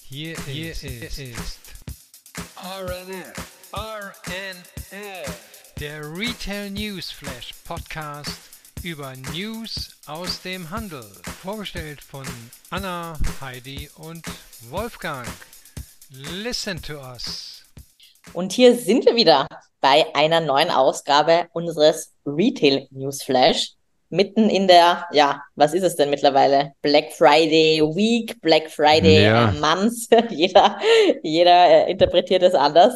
Hier ist RNF, der Retail News Flash Podcast über News aus dem Handel. Vorgestellt von Anna, Heidi und Wolfgang. Listen to us. Und hier sind wir wieder bei einer neuen Ausgabe unseres Retail News Flash. Mitten in der, was ist es denn mittlerweile? Black Friday Week, Black Friday Month. Jeder interpretiert es anders.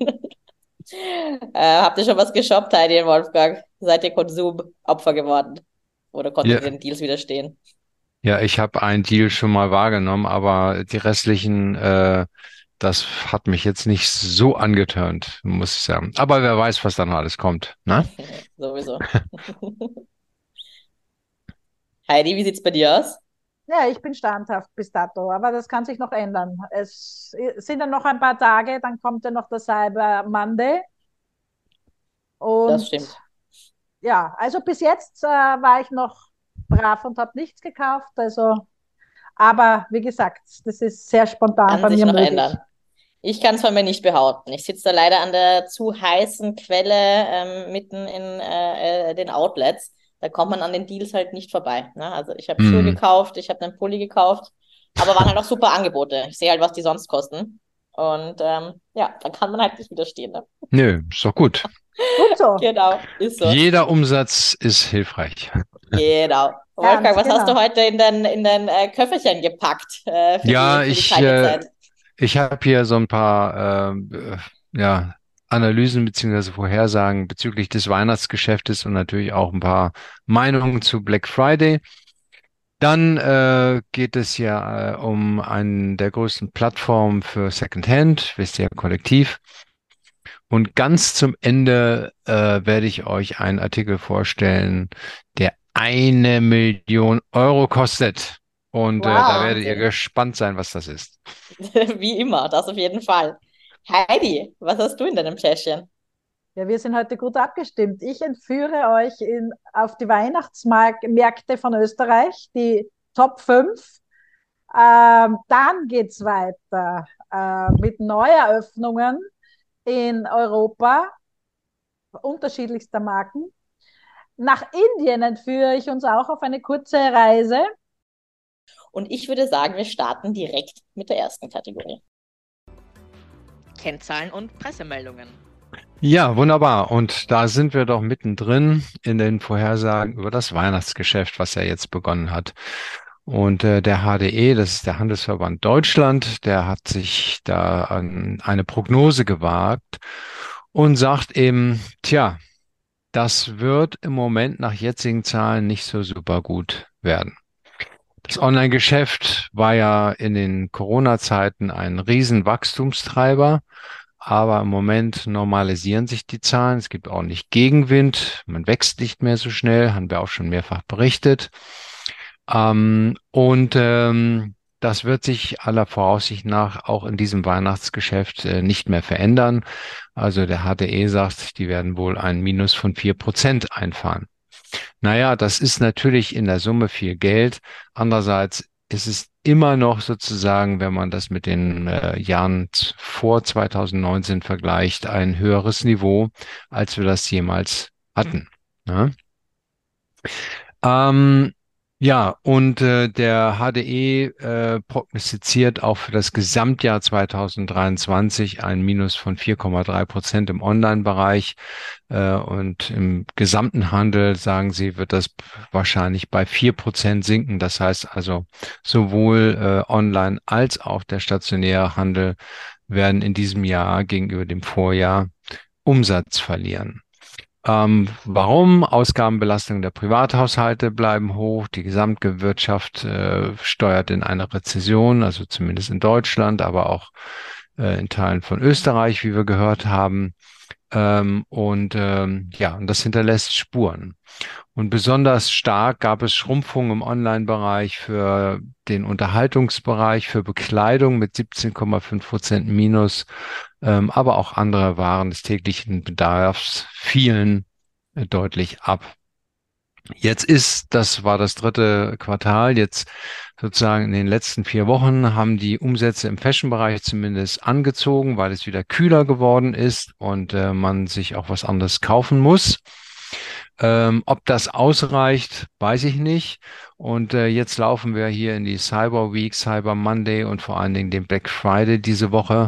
Habt ihr schon was geshoppt, Heidi und Wolfgang? Seid ihr Konsumopfer geworden? Oder konntet ihr den Deals widerstehen? Ja, ich habe einen Deal schon mal wahrgenommen, aber die restlichen, das hat mich jetzt nicht so angetörnt, muss ich sagen. Aber wer weiß, was dann noch alles kommt, ne? Sowieso. Heidi, wie sieht's bei dir aus? Ja, ich bin standhaft bis dato, aber das kann sich noch ändern. Es sind ja noch ein paar Tage, dann kommt ja noch der Cyber Monday. Und Das stimmt. ja, also bis jetzt war ich noch brav und habe nichts gekauft. Also, aber wie gesagt, das ist sehr spontan Kann bei sich mir noch möglich. ändern. Ich kann es von mir nicht behaupten. Ich sitze da leider an der zu heißen Quelle mitten in den Outlets. Da kommt man an den Deals halt nicht vorbei. Ne? Also ich habe Schuhe gekauft, ich habe einen Pulli gekauft, aber waren halt auch super Angebote. Ich sehe halt, was die sonst kosten. Und da kann man halt nicht widerstehen. Ne? Nö, ist doch gut. Gut so. Genau, ist so. Jeder Umsatz ist hilfreich. Genau. Wolfgang, was hast du genau. heute in dein Köfferchen gepackt für die kalte Zeit? Ich habe hier so ein paar Analysen beziehungsweise Vorhersagen bezüglich des Weihnachtsgeschäftes und natürlich auch ein paar Meinungen zu Black Friday. Dann geht es ja um einen der größten Plattformen für Secondhand, wisst ihr ja, Kollektiv. Und ganz zum Ende werde ich euch einen Artikel vorstellen, der 1 Million Euro kostet. Und da werdet ihr gespannt sein, was das ist. Wie immer, das auf jeden Fall. Heidi, was hast du in deinem Täschchen? Ja, wir sind heute gut abgestimmt. Ich entführe euch auf die Weihnachtsmärkte von Österreich, die Top 5. Dann geht es weiter mit Neueröffnungen in Europa, unterschiedlichster Marken. Nach Indien entführe ich uns auch auf eine kurze Reise. Und ich würde sagen, wir starten direkt mit der ersten Kategorie. Kennzahlen und Pressemeldungen. Ja, wunderbar. Und da sind wir doch mittendrin in den Vorhersagen über das Weihnachtsgeschäft, was ja jetzt begonnen hat. Und der HDE, das ist der Handelsverband Deutschland, der hat sich da an eine Prognose gewagt und sagt eben, das wird im Moment nach jetzigen Zahlen nicht so super gut werden. Das Online-Geschäft war ja in den Corona-Zeiten ein Riesenwachstumstreiber. Aber im Moment normalisieren sich die Zahlen. Es gibt ordentlich Gegenwind. Man wächst nicht mehr so schnell, haben wir auch schon mehrfach berichtet. Das wird sich aller Voraussicht nach auch in diesem Weihnachtsgeschäft nicht mehr verändern. Also der HDE sagt, die werden wohl ein Minus von 4% einfahren. Naja, das ist natürlich in der Summe viel Geld. Andererseits ist es immer noch sozusagen, wenn man das mit den Jahren vor 2019 vergleicht, ein höheres Niveau, als wir das jemals hatten. Ne? Der HDE prognostiziert auch für das Gesamtjahr 2023 ein Minus von 4,3% im Online-Bereich. Und im gesamten Handel, sagen sie, wird das wahrscheinlich bei 4% sinken. Das heißt also, sowohl online als auch der stationäre Handel werden in diesem Jahr gegenüber dem Vorjahr Umsatz verlieren. Warum? Ausgabenbelastungen der Privathaushalte bleiben hoch. Die Gesamtwirtschaft steuert in eine Rezession, also zumindest in Deutschland, aber auch in Teilen von Österreich, wie wir gehört haben. Und das hinterlässt Spuren. Und besonders stark gab es Schrumpfungen im Online-Bereich für den Unterhaltungsbereich, für Bekleidung mit 17,5% Minus, aber auch andere Waren des täglichen Bedarfs fielen deutlich ab. Das war das dritte Quartal, jetzt sozusagen in den letzten 4 Wochen haben die Umsätze im Fashion-Bereich zumindest angezogen, weil es wieder kühler geworden ist und man sich auch was anderes kaufen muss. Ob das ausreicht, weiß ich nicht. Und jetzt laufen wir hier in die Cyber Week, Cyber Monday und vor allen Dingen den Black Friday diese Woche.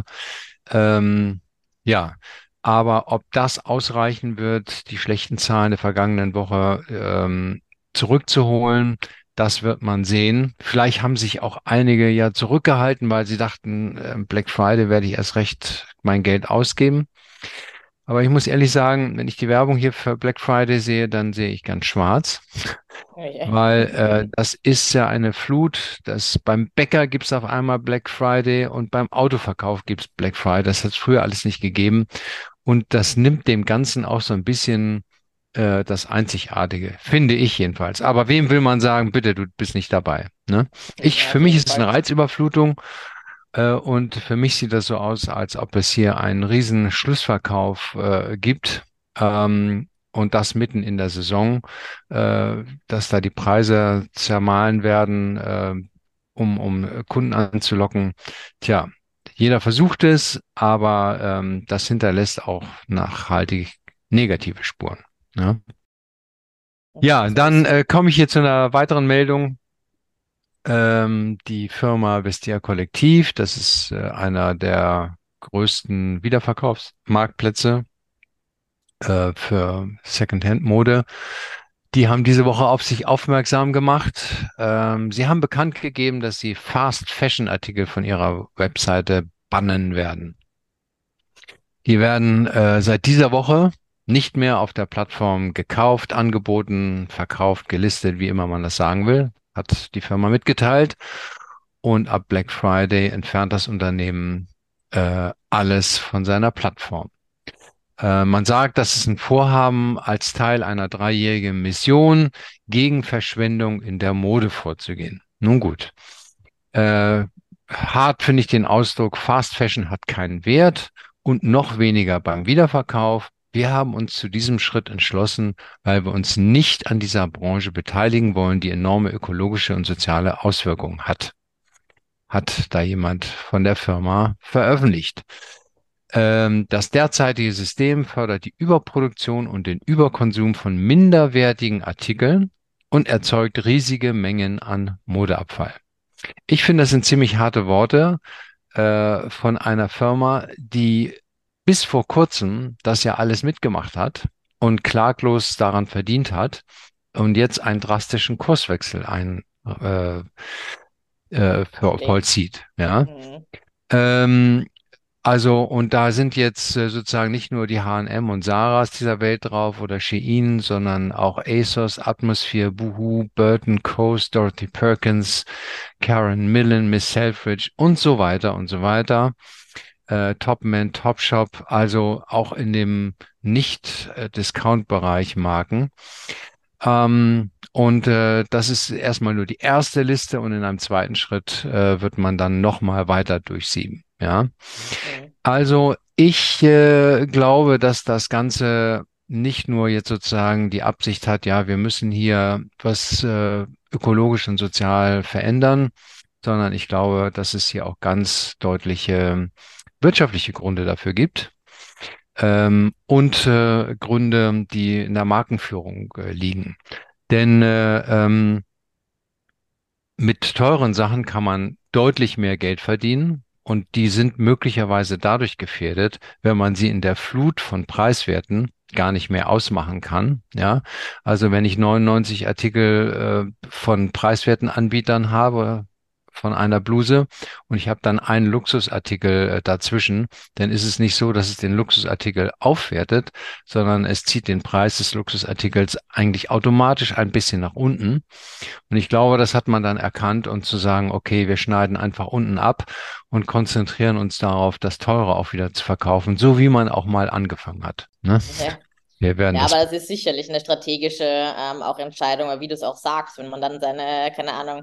Ja, aber ob das ausreichen wird, die schlechten Zahlen der vergangenen Woche zurückzuholen, das wird man sehen. Vielleicht haben sich auch einige ja zurückgehalten, weil sie dachten, Black Friday werde ich erst recht mein Geld ausgeben. Aber ich muss ehrlich sagen, wenn ich die Werbung hier für Black Friday sehe, dann sehe ich ganz schwarz, Okay. weil das ist ja eine Flut. Beim Bäcker gibt es auf einmal Black Friday und beim Autoverkauf gibt es Black Friday. Das hat es früher alles nicht gegeben. Und das nimmt dem Ganzen auch so ein bisschen das Einzigartige, finde ich jedenfalls. Aber wem will man sagen, bitte, du bist nicht dabei, ne? Ja, Für auf mich jeden ist es eine Fall. Reizüberflutung. Und für mich sieht das so aus, als ob es hier einen riesen Schlussverkauf gibt. Und das mitten in der Saison, dass da die Preise zermahlen werden, um Kunden anzulocken. Tja, jeder versucht es, aber das hinterlässt auch nachhaltig negative Spuren. Ja, ja, So ist dann es. komme ich hier zu einer weiteren Meldung. Die Firma Vestia Kollektiv, das ist einer der größten Wiederverkaufsmarktplätze für Secondhand-Mode. Die haben diese Woche auf sich aufmerksam gemacht. Sie haben bekannt gegeben, dass sie Fast-Fashion-Artikel von ihrer Webseite bannen werden. Die werden seit dieser Woche nicht mehr auf der Plattform gekauft, angeboten, verkauft, gelistet, wie immer man das sagen will, hat die Firma mitgeteilt. Und ab Black Friday entfernt das Unternehmen alles von seiner Plattform. Man sagt, das ist ein Vorhaben als Teil einer 3-jährigen Mission, gegen Verschwendung in der Mode vorzugehen. Nun gut. Äh, Hart finde ich den Ausdruck, Fast Fashion hat keinen Wert und noch weniger beim Wiederverkauf. Wir haben uns zu diesem Schritt entschlossen, weil wir uns nicht an dieser Branche beteiligen wollen, die enorme ökologische und soziale Auswirkungen hat. Hat da jemand von der Firma veröffentlicht. Das derzeitige System fördert die Überproduktion und den Überkonsum von minderwertigen Artikeln und erzeugt riesige Mengen an Modeabfall. Ich finde, das sind ziemlich harte Worte von einer Firma, die bis vor kurzem das ja alles mitgemacht hat und klaglos daran verdient hat und jetzt einen drastischen Kurswechsel Schlägt. vollzieht. Ja. Mhm. Ähm, also, und da sind jetzt sozusagen nicht nur die H&M und Zaras dieser Welt drauf oder Shein, sondern auch ASOS, Atmosphere, Boohoo, Burton Coast, Dorothy Perkins, Karen Millen, Miss Selfridge und so weiter und so weiter. Topman, Topshop, also auch in dem Nicht-Discount-Bereich Marken. Und das ist erstmal nur die erste Liste und in einem zweiten Schritt wird man dann nochmal weiter durchsieben. Ja. Mhm. Also ich glaube, dass das Ganze nicht nur jetzt sozusagen die Absicht hat, ja, wir müssen hier was ökologisch und sozial verändern, sondern ich glaube, dass es hier auch ganz deutliche wirtschaftliche Gründe dafür gibt und Gründe, die in der Markenführung liegen. Denn mit teuren Sachen kann man deutlich mehr Geld verdienen und die sind möglicherweise dadurch gefährdet, wenn man sie in der Flut von Preiswerten gar nicht mehr ausmachen kann. Ja, also wenn ich 99 Artikel von preiswerten Anbietern habe, von einer Bluse und ich habe dann einen Luxusartikel dazwischen, dann ist es nicht so, dass es den Luxusartikel aufwertet, sondern es zieht den Preis des Luxusartikels eigentlich automatisch ein bisschen nach unten. Und ich glaube, das hat man dann erkannt und zu sagen, okay, wir schneiden einfach unten ab und konzentrieren uns darauf, das Teure auch wieder zu verkaufen, so wie man auch mal angefangen hat. Ne? Ja. Wir werden Ja, das. aber das ist sicherlich eine strategische auch Entscheidung, aber wie du es auch sagst, wenn man dann seine, keine Ahnung,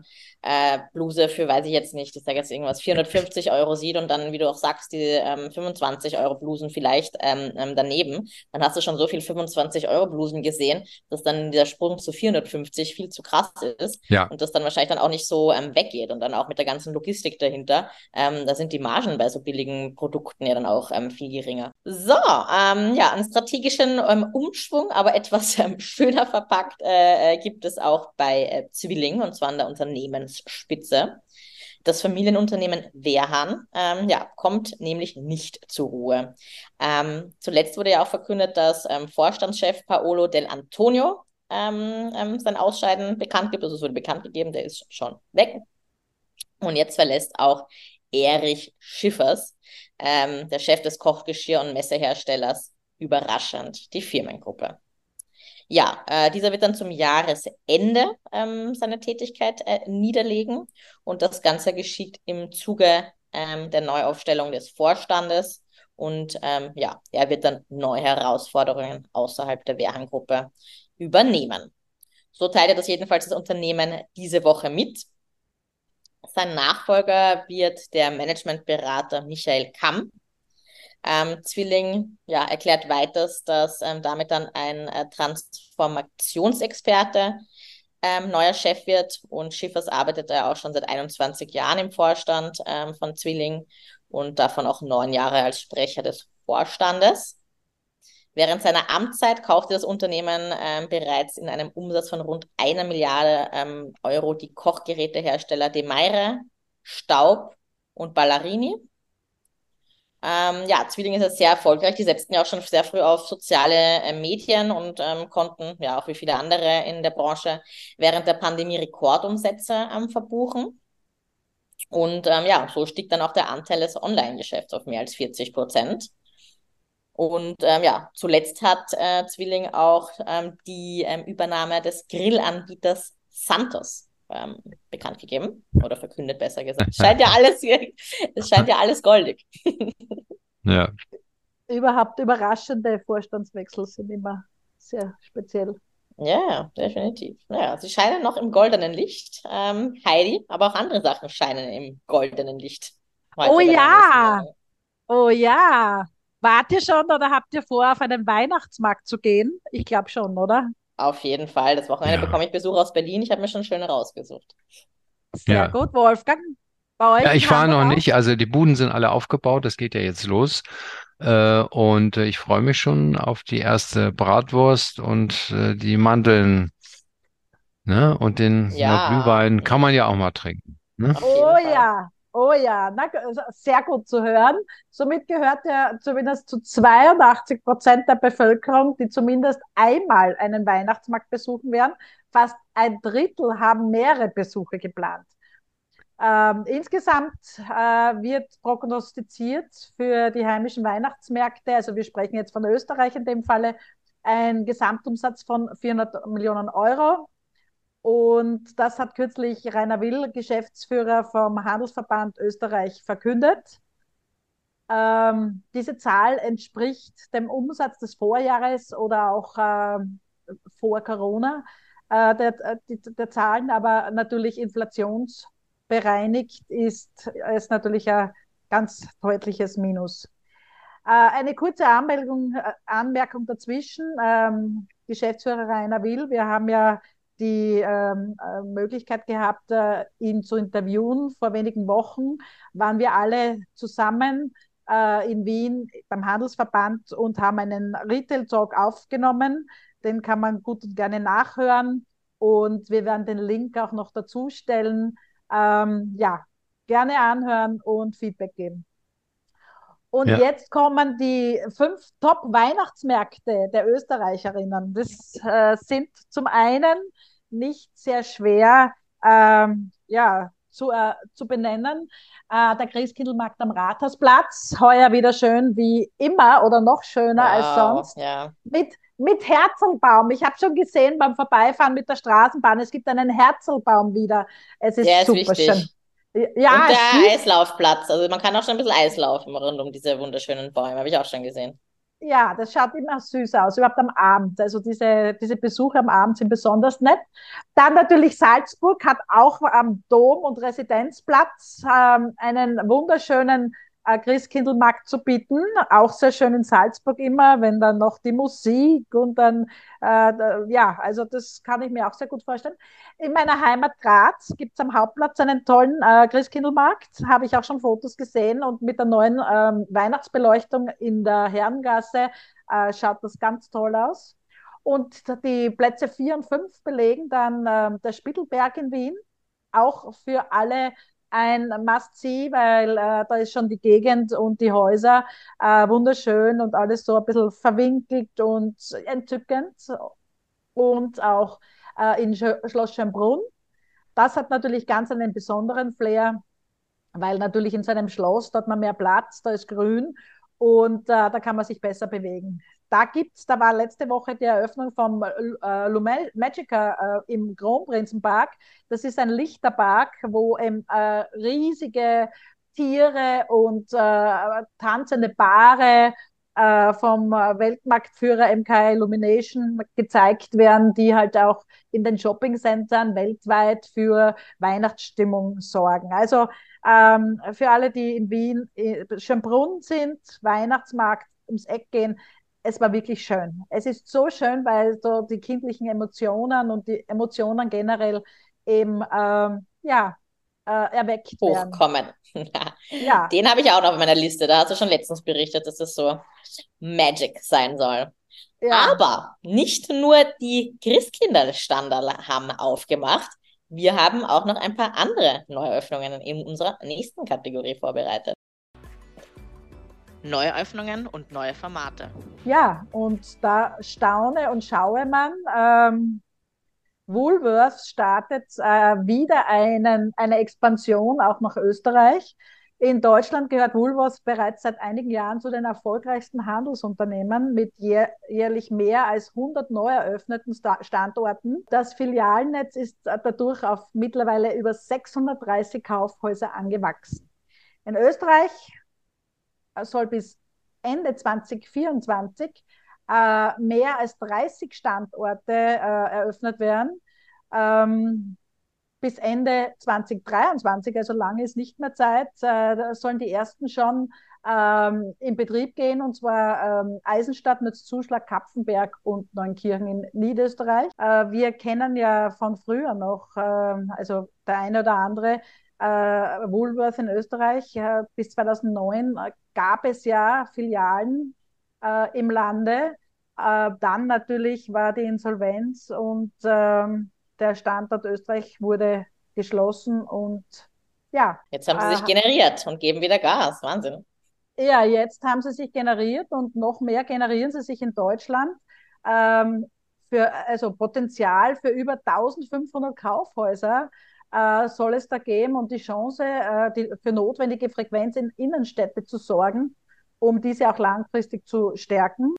Bluse für, weiß ich jetzt nicht, ich sage jetzt irgendwas, 450 Euro sieht und dann, wie du auch sagst, die 25 Euro Blusen vielleicht daneben, dann hast du schon so viel 25 Euro Blusen gesehen, dass dann dieser Sprung zu 450 viel zu krass ist Ja. und das dann wahrscheinlich dann auch nicht so weggeht und dann auch mit der ganzen Logistik dahinter, da sind die Margen bei so billigen Produkten ja dann auch viel geringer. So, ja, einen strategischen Umschwung, aber etwas schöner verpackt gibt es auch bei Zwilling, und zwar an der Unternehmensspitze. Das Familienunternehmen Wehrhahn ja, kommt nämlich nicht zur Ruhe. Zuletzt wurde ja auch verkündet, dass Vorstandschef Paolo Del Antonio sein Ausscheiden bekannt gibt. Also es wurde bekannt gegeben, der ist schon weg. Und jetzt verlässt auch Erich Schiffers, der Chef des Kochgeschirr- und Messeherstellers, überraschend die Firmengruppe. Ja, dieser wird dann zum Jahresende seine Tätigkeit niederlegen und das Ganze geschieht im Zuge der Neuaufstellung des Vorstandes und ja, er wird dann neue Herausforderungen außerhalb der Wehrhahn-Gruppe übernehmen. So teilte das jedenfalls das Unternehmen diese Woche mit. Sein Nachfolger wird der Managementberater Michael Kamm. Zwilling ja, erklärt weiters, dass damit dann ein Transformationsexperte neuer Chef wird und Schiffers arbeitet ja auch schon seit 21 Jahren im Vorstand von Zwilling und davon auch 9 Jahre als Sprecher des Vorstandes. Während seiner Amtszeit kaufte das Unternehmen bereits in einem Umsatz von rund 1 Milliarde Euro die Kochgerätehersteller De Meire, Staub und Ballarini. Ja, Zwilling ist ja sehr erfolgreich. Die setzten ja auch schon sehr früh auf soziale Medien und konnten, ja, auch wie viele andere in der Branche, während der Pandemie Rekordumsätze verbuchen. Und ja, so stieg dann auch der Anteil des Online-Geschäfts auf mehr als 40%. Und ja, zuletzt hat Zwilling auch die Übernahme des Grillanbieters Santos bekannt gegeben oder verkündet, besser gesagt. Es scheint ja alles goldig. Ja. Überhaupt überraschende Vorstandswechsel sind immer sehr speziell. Ja, definitiv. Naja, sie scheinen noch im goldenen Licht, Heidi, aber auch andere Sachen scheinen im goldenen Licht. Oh ja, oh ja. Wart ihr schon oder habt ihr vor, auf einen Weihnachtsmarkt zu gehen? Ich glaube schon, oder? Auf jeden Fall. Das Wochenende Ja. bekomme ich Besuch aus Berlin. Ich habe mir schon schöne rausgesucht. Sehr Ja. gut, Wolfgang. Bei euch Ja, in ich war noch Hamburg auch? nicht. Also die Buden sind alle aufgebaut. Das geht ja jetzt los. Und ich freue mich schon auf die erste Bratwurst und die Mandeln. Ne? Und den Ja, Glühwein kann man ja auch mal trinken. Ne? auf Oh jeden Fall. ja, oh ja. Na, sehr gut zu hören. Somit gehört er zumindest zu 82% der Bevölkerung, die zumindest einmal einen Weihnachtsmarkt besuchen werden. Fast ein Drittel haben mehrere Besuche geplant. Insgesamt wird prognostiziert für die heimischen Weihnachtsmärkte, also wir sprechen jetzt von Österreich in dem Falle, ein Gesamtumsatz von 400 Millionen Euro. Und das hat kürzlich Rainer Will, Geschäftsführer vom Handelsverband Österreich, verkündet. Diese Zahl entspricht dem Umsatz des Vorjahres oder auch vor Corona der Zahlen, aber natürlich inflationsbereinigt ist es natürlich ein ganz deutliches Minus. Eine kurze Anmerkung dazwischen. Geschäftsführer Rainer Will, wir haben ja die Möglichkeit gehabt, ihn zu interviewen. Vor wenigen Wochen waren wir alle zusammen in Wien beim Handelsverband und haben einen Retail Talk aufgenommen. Den kann man gut und gerne nachhören und wir werden den Link auch noch dazu stellen. Ja, gerne anhören und Feedback geben. Und Ja. jetzt kommen die 5 Top-Weihnachtsmärkte der Österreicherinnen. Das sind zum einen nicht sehr schwer ja, zu benennen. Der Christkindlmarkt am Rathausplatz, heuer wieder schön wie immer oder noch schöner als Wow, sonst. ja. Mit Herzlbaum. Ich habe schon gesehen beim Vorbeifahren mit der Straßenbahn, es gibt einen Herzlbaum wieder. Es Der ist ist super schön. wichtig. Ja, Und der es gibt Eislaufplatz. Also man kann auch schon ein bisschen Eislaufen rund um diese wunderschönen Bäume. Habe ich auch schon gesehen. Ja, das schaut immer süß aus, überhaupt am Abend. Also diese Besuche am Abend sind besonders nett. Dann natürlich Salzburg hat auch am Dom- und Residenzplatz einen wunderschönen Christkindlmarkt zu bieten. Auch sehr schön in Salzburg immer, wenn dann noch die Musik und dann, ja, also das kann ich mir auch sehr gut vorstellen. In meiner Heimat Graz gibt es am Hauptplatz einen tollen Christkindlmarkt, habe ich auch schon Fotos gesehen und mit der neuen Weihnachtsbeleuchtung in der Herrengasse schaut das ganz toll aus. Und die Plätze 4 und 5 belegen dann der Spittelberg in Wien, auch für alle ein Must-See, weil da ist schon die Gegend und die Häuser wunderschön und alles so ein bisschen verwinkelt und entzückend. Und auch in Schloss Schönbrunn. Das hat natürlich ganz einen besonderen Flair, weil natürlich in so einem Schloss, da hat man mehr Platz, da ist grün und da kann man sich besser bewegen. Da war letzte Woche die Eröffnung vom Magica im Kronprinzenpark. Das ist ein Lichterpark, wo riesige Tiere und tanzende Paare vom Weltmarktführer MK Illumination gezeigt werden, die halt auch in den Shoppingcentern weltweit für Weihnachtsstimmung sorgen. Also für alle, die in Wien, Schönbrunn sind, Weihnachtsmarkt ums Eck gehen, es war wirklich schön. Es ist so schön, weil so die kindlichen Emotionen und die Emotionen generell eben ja, erweckt werden. Hochkommen. Ja, Den habe ich auch noch auf meiner Liste. Da hast du schon letztens berichtet, dass das so Magic sein soll. ja. Aber nicht nur die Christkindlestandal haben aufgemacht. Wir haben auch noch ein paar andere Neueröffnungen in unserer nächsten Kategorie vorbereitet. Neueröffnungen und neue Formate. Ja, und da staune und schaue man, Woolworths startet wieder eine Expansion auch nach Österreich. In Deutschland gehört Woolworths bereits seit einigen Jahren zu den erfolgreichsten Handelsunternehmen mit jährlich mehr als 100 neu eröffneten Standorten. Das Filialnetz ist dadurch auf mittlerweile über 630 Kaufhäuser angewachsen. In Österreich soll bis Ende 2024 mehr als 30 Standorte eröffnet werden. Bis Ende 2023, also lange ist nicht mehr Zeit, sollen die ersten schon in Betrieb gehen, und zwar Eisenstadt, Nutzzuschlag, Kapfenberg und Neunkirchen in Niederösterreich. Wir kennen ja von früher noch, also der eine oder andere, Woolworth in Österreich. Bis 2009 gab es ja Filialen im Lande. Dann natürlich war die Insolvenz und der Standort Österreich wurde geschlossen und ja. Jetzt haben sie sich generiert und geben wieder Gas. Wahnsinn. Ja, jetzt haben sie sich generiert und noch mehr generieren sie sich in Deutschland. Also Potenzial für über 1500 Kaufhäuser soll es da geben und die Chance, für notwendige Frequenz in Innenstädte zu sorgen, um diese auch langfristig zu stärken.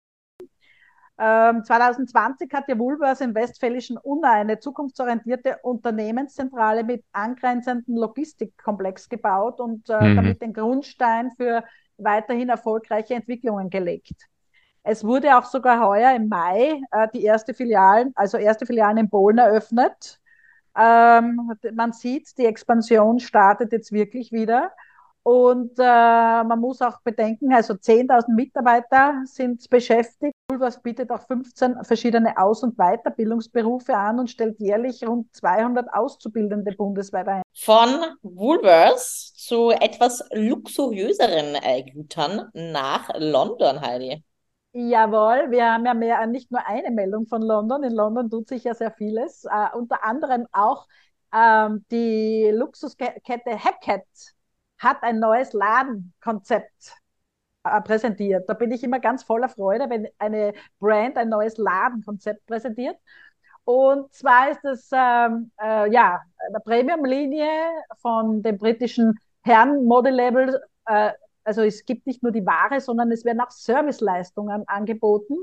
2020 hat die Woolworths im westfälischen Unna eine zukunftsorientierte Unternehmenszentrale mit angrenzendem Logistikkomplex gebaut und damit den Grundstein für weiterhin erfolgreiche Entwicklungen gelegt. Es wurde auch sogar heuer im Mai die erste Filialen in Polen eröffnet. Man sieht, die Expansion startet jetzt wirklich wieder. Und man muss auch bedenken, also 10.000 Mitarbeiter sind beschäftigt. Woolworths bietet auch 15 verschiedene Aus- und Weiterbildungsberufe an und stellt jährlich rund 200 Auszubildende bundesweit ein. Von Woolworths zu etwas luxuriöseren Gütern nach London, Heidi. Jawohl, wir haben ja nicht nur eine Meldung von London. In London tut sich ja sehr vieles. Unter anderem auch die Luxuskette Hackett hat ein neues Ladenkonzept präsentiert. Da bin ich immer ganz voller Freude, wenn eine Brand ein neues Ladenkonzept präsentiert. Und zwar ist es ja, eine Premium-Linie von dem britischen Herren-Modelabel. Also es gibt nicht nur die Ware, sondern es werden auch Serviceleistungen angeboten.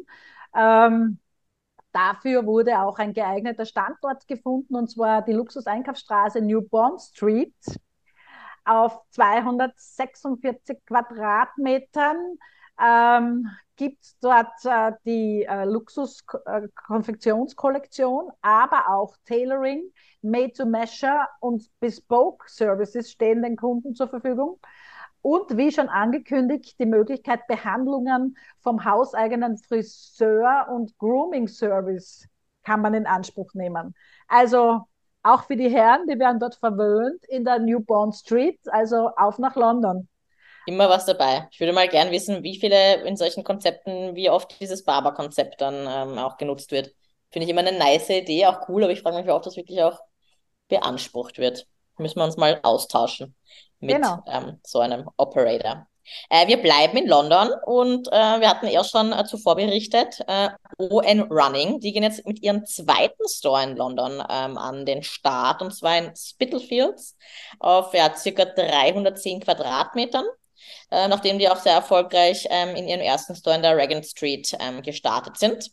Dafür wurde auch ein geeigneter Standort gefunden, und zwar die Luxus-Einkaufsstraße New Bond Street auf 246 Quadratmetern gibt es dort die Luxus-Konfektionskollektion, aber auch Tailoring, Made-to-Measure und Bespoke-Services stehen den Kunden zur Verfügung. Und wie schon angekündigt, die Möglichkeit, Behandlungen vom hauseigenen Friseur und Grooming-Service kann man in Anspruch nehmen. Also auch für die Herren, die werden dort verwöhnt in der New Bond Street, also auf nach London. Immer was dabei. Ich würde mal gern wissen, wie viele in solchen Konzepten, wie oft dieses Barber-Konzept dann auch genutzt wird. Finde ich immer eine nice Idee, auch cool, aber ich frage mich, wie oft das wirklich auch beansprucht wird. Müssen wir uns mal austauschen mit Genau. so einem Operator. Wir bleiben in London und wir hatten ja schon zuvor berichtet, ON Running, die gehen jetzt mit ihrem zweiten Store in London an den Start, und zwar in Spitalfields auf circa 310 Quadratmetern, nachdem die auch sehr erfolgreich in ihrem ersten Store in der Regent Street gestartet sind.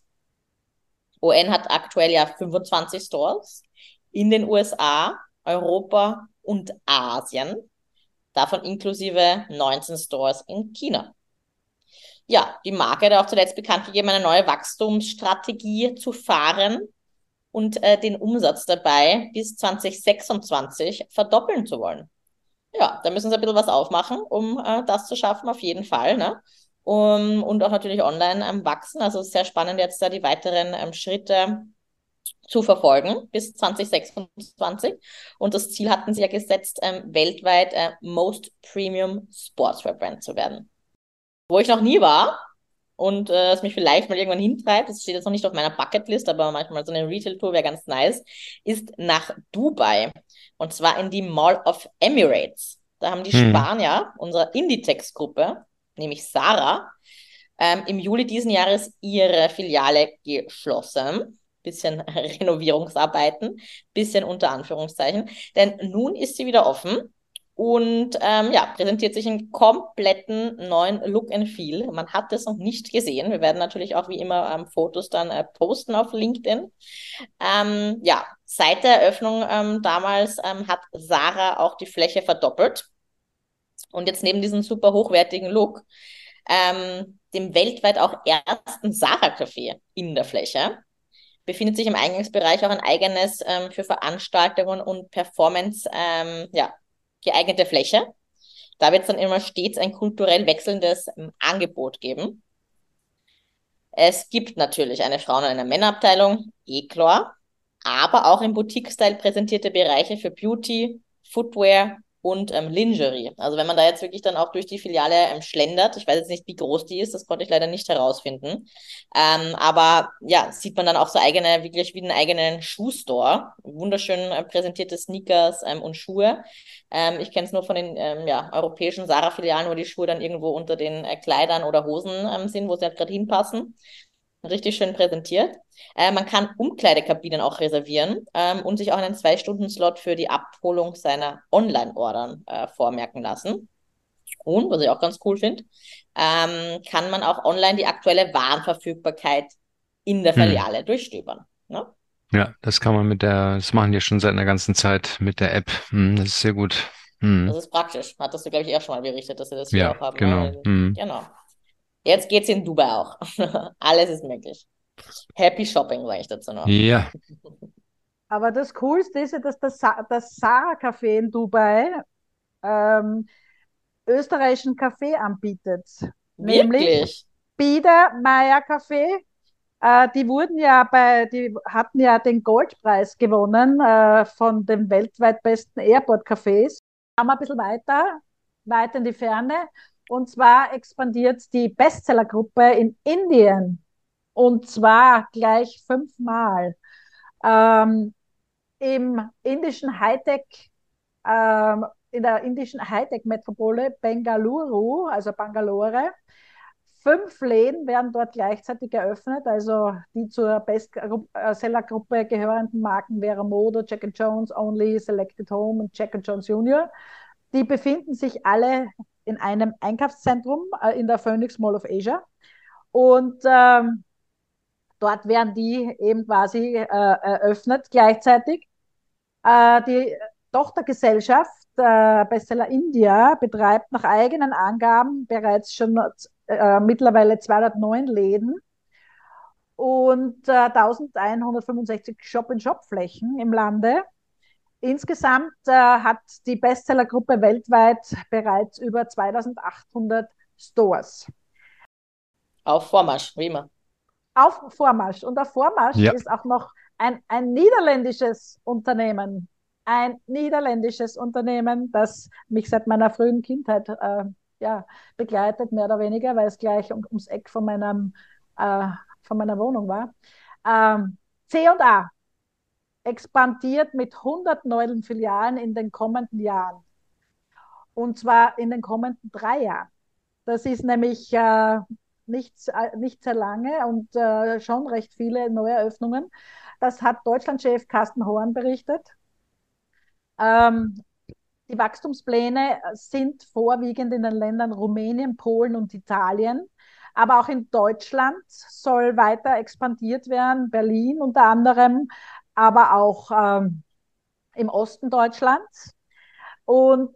ON hat aktuell ja 25 Stores in den USA, Europa und Asien, davon inklusive 19 Stores in China. Ja, die Marke hat auch zuletzt bekannt gegeben, eine neue Wachstumsstrategie zu fahren und den Umsatz dabei bis 2026 verdoppeln zu wollen. Ja, da müssen sie ein bisschen was aufmachen, um das zu schaffen, auf jeden Fall. Ne? Und auch natürlich online wachsen. Also sehr spannend jetzt da die weiteren Schritte zu verfolgen bis 2026. Und das Ziel hatten sie ja gesetzt, weltweit Most Premium Sportswear Brand zu werden. Wo ich noch nie war und es mich vielleicht mal irgendwann hintreibt, das steht jetzt noch nicht auf meiner Bucketlist, aber manchmal so eine Retail-Tour wäre ganz nice, ist nach Dubai. Und zwar in die Mall of Emirates. Da haben die Spanier unserer Inditex-Gruppe, nämlich Zara, im Juli diesen Jahres ihre Filiale geschlossen. Bisschen Renovierungsarbeiten, bisschen unter Anführungszeichen. Denn nun ist sie wieder offen und präsentiert sich einen kompletten neuen Look and Feel. Man hat das noch nicht gesehen. Wir werden natürlich auch wie immer Fotos dann posten auf LinkedIn. Seit der Eröffnung damals hat Zara auch die Fläche verdoppelt. Und jetzt neben diesem super hochwertigen Look, dem weltweit auch ersten Zara-Café in der Fläche, befindet sich im Eingangsbereich auch ein eigenes für Veranstaltungen und Performance geeignete Fläche. Da wird es dann immer stets ein kulturell wechselndes Angebot geben. Es gibt natürlich eine Frauen- und eine Männerabteilung, klar, aber auch im Boutique-Style präsentierte Bereiche für Beauty, Footwear und Lingerie. Also wenn man da jetzt wirklich dann auch durch die Filiale schlendert, ich weiß jetzt nicht, wie groß die ist, das konnte ich leider nicht herausfinden, aber ja, sieht man dann auch so wirklich wie einen eigenen Schuhstore, wunderschön präsentierte Sneakers und Schuhe. Ich kenne es nur von den europäischen Zara-Filialen, wo die Schuhe dann irgendwo unter den Kleidern oder Hosen sind, wo sie halt gerade hinpassen. Richtig schön präsentiert. Man kann Umkleidekabinen auch reservieren und sich auch einen 2-Stunden-Slot für die Abholung seiner Online-Ordern vormerken lassen. Und, was ich auch ganz cool finde, kann man auch online die aktuelle Warenverfügbarkeit in der Filiale durchstöbern. Ne? Ja, das kann man das machen die schon seit einer ganzen Zeit mit der App. Das ist sehr gut. Das ist praktisch. Hattest du, glaube ich, eher schon mal berichtet, dass sie das hier Ja, auch haben. genau. Ne? Genau. Jetzt geht's in Dubai auch. Alles ist möglich. Happy Shopping, sage ich dazu noch. Ja. Aber das Coolste ist ja, dass das Sarah-Café in Dubai österreichischen Kaffee anbietet. Nämlich Wirklich? Biedermeier Kaffee. Die hatten ja den Goldpreis gewonnen von den weltweit besten Airport-Cafés. Haben wir ein bisschen weiter in die Ferne. Und zwar expandiert die Bestsellergruppe in Indien. Und zwar gleich 5-mal. Im indischen Hightech, in der indischen Hightech-Metropole Bengaluru, also Bangalore. 5 Läden werden dort gleichzeitig eröffnet, also die zur Bestsellergruppe gehörenden Marken wären Modo, Jack Jones, Only, Selected Home und Jack Jones Junior. Die befinden sich alle in einem Einkaufszentrum in der Phoenix Mall of Asia. Und dort werden die eben quasi eröffnet gleichzeitig. Die Tochtergesellschaft Bestseller India betreibt nach eigenen Angaben bereits schon mittlerweile 209 Läden und 1165 Shop-in-Shop-Flächen im Lande. Insgesamt hat die Bestsellergruppe weltweit bereits über 2800 Stores. Auf Vormarsch, wie immer. Auf Vormarsch. Und auf Vormarsch Ja. ist auch noch ein niederländisches Unternehmen. Ein niederländisches Unternehmen, das mich seit meiner frühen Kindheit begleitet, mehr oder weniger, weil es gleich ums Eck von meiner Wohnung war. C&A expandiert mit 100 neuen Filialen in den kommenden Jahren. Und zwar in den kommenden 3 Jahren. Das ist nämlich nicht sehr lange und schon recht viele Neueröffnungen. Das hat Deutschlandchef Carsten Horn berichtet. Die Wachstumspläne sind vorwiegend in den Ländern Rumänien, Polen und Italien. Aber auch in Deutschland soll weiter expandiert werden, Berlin unter anderem, aber auch im Osten Deutschlands. Und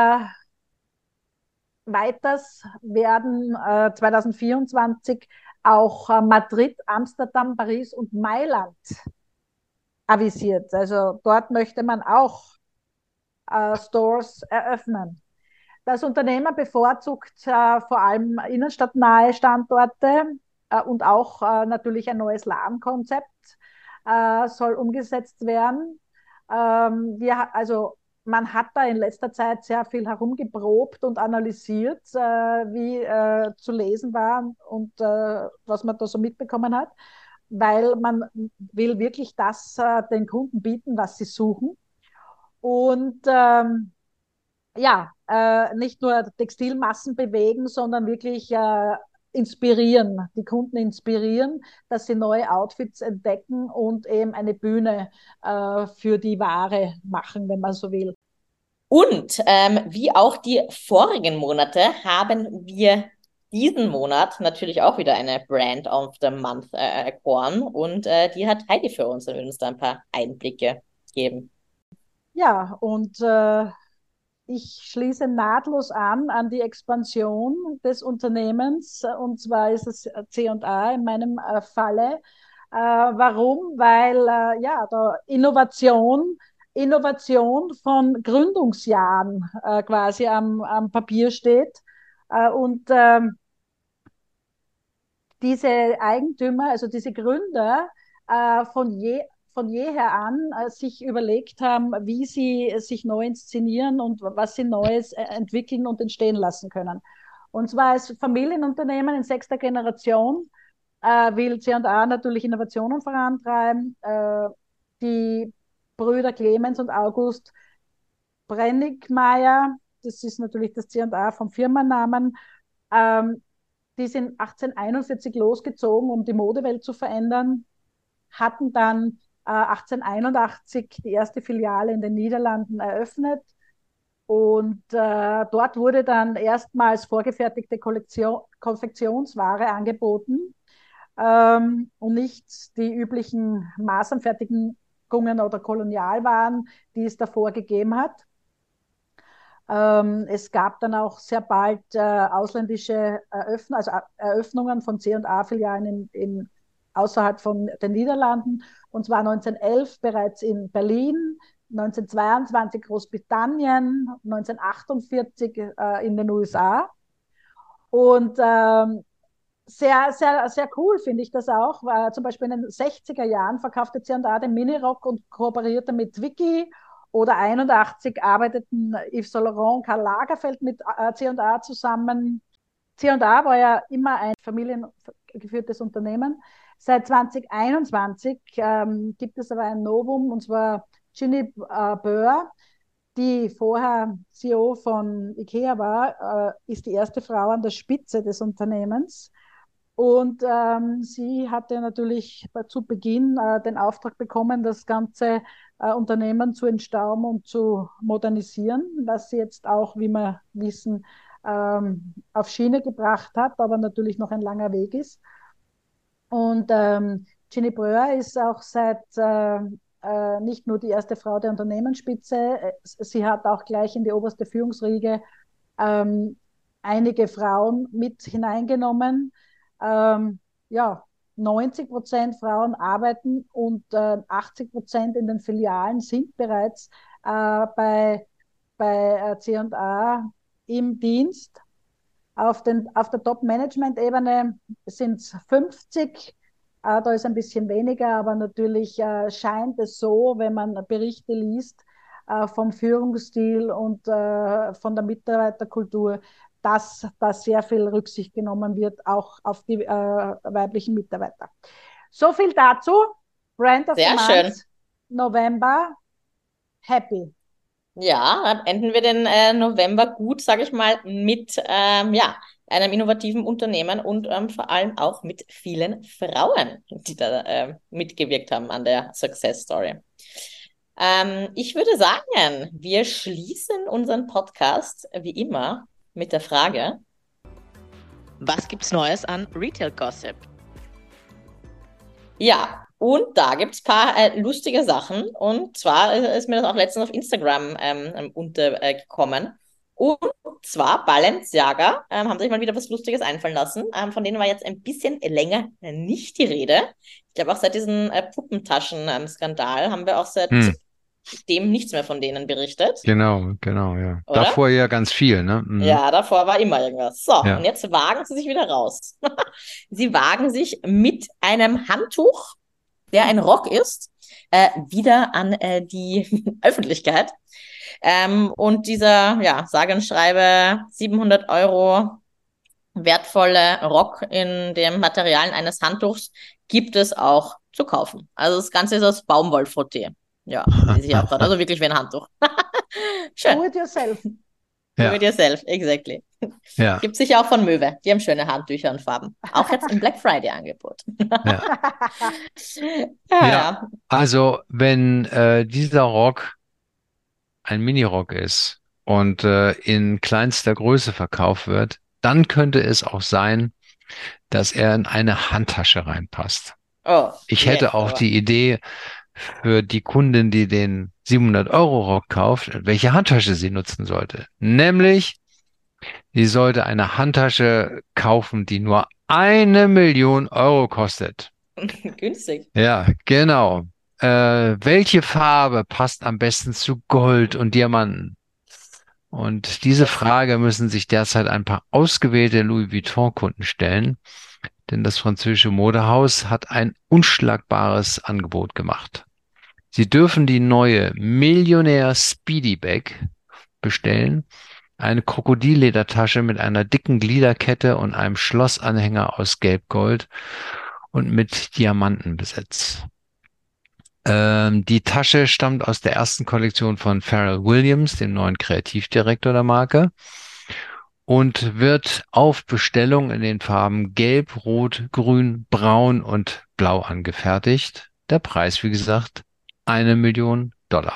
weiters werden 2024 auch Madrid, Amsterdam, Paris und Mailand avisiert. Also dort möchte man auch Stores eröffnen. Das Unternehmen bevorzugt vor allem innenstadtnahe Standorte und auch natürlich ein neues Ladenkonzept soll umgesetzt werden. Also man hat da in letzter Zeit sehr viel herumgeprobt und analysiert, wie zu lesen war und was man da so mitbekommen hat, weil man will wirklich das den Kunden bieten, was sie suchen. Und nicht nur Textilmassen bewegen, sondern wirklich inspirieren, die Kunden inspirieren, dass sie neue Outfits entdecken und eben eine Bühne für die Ware machen, wenn man so will. Und wie auch die vorigen Monate haben wir diesen Monat natürlich auch wieder eine Brand of the Month erkoren und die hat Heidi für uns und will uns da ein paar Einblicke geben. Ja, und ich schließe nahtlos an die Expansion des Unternehmens, und zwar ist es C&A in meinem Falle. Warum? Weil da Innovation von Gründungsjahren quasi am Papier steht. Und diese Eigentümer, also diese Gründer von jeher an sich überlegt haben, wie sie sich neu inszenieren und was sie Neues entwickeln und entstehen lassen können. Und zwar als Familienunternehmen in 6. Generation will C&A natürlich Innovationen vorantreiben. Die Brüder Clemens und August Brennigmeier, das ist natürlich das C&A vom Firmennamen, die sind 1841 losgezogen, um die Modewelt zu verändern, hatten dann 1881 die erste Filiale in den Niederlanden eröffnet und dort wurde dann erstmals vorgefertigte Konfektionsware angeboten und nicht die üblichen Maßanfertigungen oder Kolonialwaren, die es davor gegeben hat. Es gab dann auch sehr bald ausländische Eröffnungen von C&A-Filialen außerhalb von den Niederlanden, und zwar 1911 bereits in Berlin, 1922 Großbritannien, 1948 in den USA. Und sehr, sehr, sehr cool finde ich das auch, weil zum Beispiel in den 60er Jahren verkaufte C&A den Minirock und kooperierte mit Vicky. Oder 81 arbeiteten Yves Saint Laurent und Karl Lagerfeld mit C&A zusammen. C&A war ja immer ein familiengeführtes Unternehmen. Seit 2021 gibt es aber ein Novum, und zwar Ginny Böhr, die vorher CEO von IKEA war, ist die erste Frau an der Spitze des Unternehmens. Und sie hatte natürlich zu Beginn den Auftrag bekommen, das ganze Unternehmen zu entstauben und zu modernisieren, was sie jetzt auch, wie wir wissen, auf Schiene gebracht hat, aber natürlich noch ein langer Weg ist. Und Ginny Breuer ist auch seit nicht nur die erste Frau der Unternehmensspitze, sie hat auch gleich in die oberste Führungsriege einige Frauen mit hineingenommen. Ja, 90% Frauen arbeiten und 80% in den Filialen sind bereits bei C&A im Dienst. Auf der Top-Management-Ebene sind es 50. Da ist ein bisschen weniger, aber natürlich scheint es so, wenn man Berichte liest vom Führungsstil und von der Mitarbeiterkultur, dass da sehr viel Rücksicht genommen wird, auch auf die weiblichen Mitarbeiter. So viel dazu. Brand of the Sehr schön. Month, November, happy. Ja, dann enden wir den November gut, sage ich mal, mit einem innovativen Unternehmen und vor allem auch mit vielen Frauen, die da mitgewirkt haben an der Success Story. Ich würde sagen, wir schließen unseren Podcast wie immer mit der Frage: Was gibt's Neues an Retail Gossip? Ja, und da gibt's ein paar lustige Sachen. Und zwar ist mir das auch letztens auf Instagram untergekommen. Und zwar Balenciaga haben sich mal wieder was Lustiges einfallen lassen. Von denen war jetzt ein bisschen länger nicht die Rede. Ich glaube auch seit diesem Puppentaschen-Skandal haben wir auch seitdem nichts mehr von denen berichtet. Genau, ja. Oder? Davor ja ganz viel, ne? Mhm. Ja, davor war immer irgendwas. So, Ja. und jetzt wagen sie sich wieder raus. Sie wagen sich mit einem Handtuch, der ein Rock ist, wieder an die Öffentlichkeit. Und dieser, sage und schreibe 700 € wertvolle Rock in dem Material eines Handtuchs gibt es auch zu kaufen. Also das Ganze ist aus Baumwollfrotté. Ja, lese ich auch gerade. Also wirklich wie ein Handtuch. Schön. Do it yourself. Do it yourself, exactly. Ja. Gibt sicher auch von Möwe. Die haben schöne Handtücher und Farben. Auch jetzt im Black Friday Angebot. Ja. Also wenn dieser Rock ein Minirock ist und in kleinster Größe verkauft wird, dann könnte es auch sein, dass er in eine Handtasche reinpasst. Oh, ich hätte auch die Idee für die Kundin, die den 700 € Rock kauft, welche Handtasche sie nutzen sollte. Nämlich, sie sollte eine Handtasche kaufen, die nur 1 Million € kostet. Günstig. Ja, genau. Welche Farbe passt am besten zu Gold und Diamanten? Und diese Frage müssen sich derzeit ein paar ausgewählte Louis Vuitton-Kunden stellen, denn das französische Modehaus hat ein unschlagbares Angebot gemacht. Sie dürfen die neue Millionär Speedy Bag bestellen, eine Krokodilledertasche mit einer dicken Gliederkette und einem Schlossanhänger aus Gelbgold und mit Diamantenbesitz. Die Tasche stammt aus der ersten Kollektion von Pharrell Williams, dem neuen Kreativdirektor der Marke, und wird auf Bestellung in den Farben Gelb, Rot, Grün, Braun und Blau angefertigt. Der Preis, wie gesagt, 1 Million $.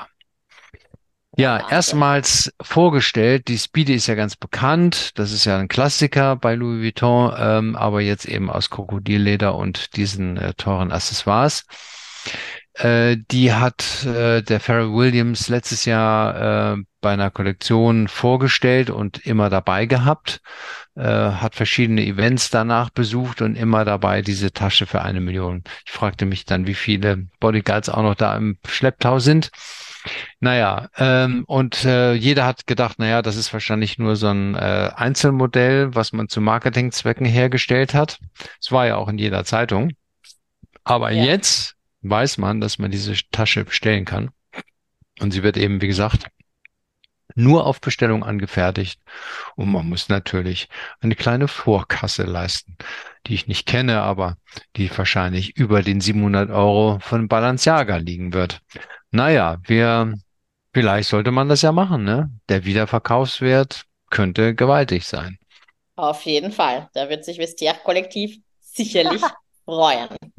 Ja, erstmals vorgestellt, die Speedy ist ja ganz bekannt, das ist ja ein Klassiker bei Louis Vuitton, aber jetzt eben aus Krokodilleder und diesen teuren Accessoires. Die hat der Pharrell Williams letztes Jahr bei einer Kollektion vorgestellt und immer dabei gehabt, hat verschiedene Events danach besucht und immer dabei diese Tasche für 1 Million. Ich fragte mich dann, wie viele Bodyguards auch noch da im Schlepptau sind. Naja, und jeder hat gedacht, naja, das ist wahrscheinlich nur so ein Einzelmodell, was man zu Marketingzwecken hergestellt hat. Es war ja auch in jeder Zeitung. Aber jetzt weiß man, dass man diese Tasche bestellen kann. Und sie wird eben, wie gesagt, nur auf Bestellung angefertigt. Und man muss natürlich eine kleine Vorkasse leisten, die ich nicht kenne, aber die wahrscheinlich über den 700 € von Balenciaga liegen wird. Naja, vielleicht sollte man das ja machen, ne? Der Wiederverkaufswert könnte gewaltig sein. Auf jeden Fall. Da wird sich Vestiaire-Kollektiv sicherlich freuen.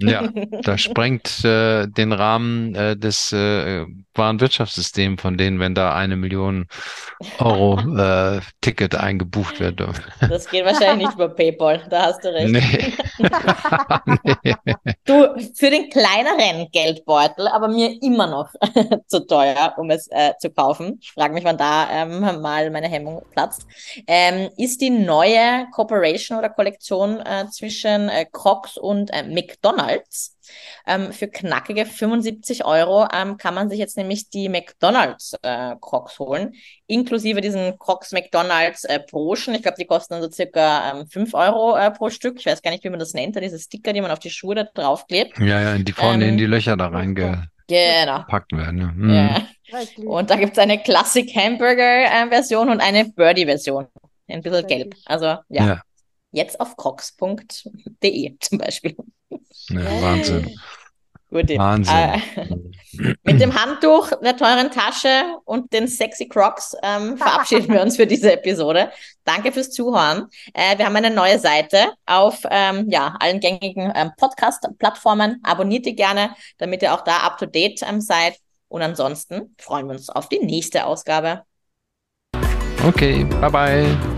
Ja, das sprengt den Rahmen des Warenwirtschaftssystems von denen, wenn da 1 Million Euro Ticket eingebucht wird. Das geht wahrscheinlich nicht über PayPal, da hast du recht. Nee. Nee. Du, für den kleineren Geldbeutel, aber mir immer noch zu teuer, um es zu kaufen. Ich frage mich, wann da mal meine Hemmung platzt. Ist die neue Kooperation oder Kollektion zwischen Crocs und McDonald's. Für knackige 75 Euro kann man sich jetzt nämlich die McDonald's Crocs holen, inklusive diesen Crocs McDonald's Broschen. Ich glaube, die kosten dann so circa 5 Euro pro Stück. Ich weiß gar nicht, wie man das nennt, diese Sticker, die man auf die Schuhe da draufklebt. Ja, vorne in die Löcher da Genau. reingepackt werden. Ja. Mhm. Ja. Und da gibt es eine Classic Hamburger Version und eine Birdie Version. Ein bisschen gelb. Also ja. Jetzt auf crocs.de zum Beispiel. Ja, Wahnsinn. Gut. Wahnsinn. Mit dem Handtuch, der teuren Tasche und den sexy Crocs verabschieden wir uns für diese Episode. Danke fürs Zuhören. Wir haben eine neue Seite auf allen gängigen Podcast-Plattformen. Abonniert die gerne, damit ihr auch da up-to-date seid. Und ansonsten freuen wir uns auf die nächste Ausgabe. Okay, bye bye.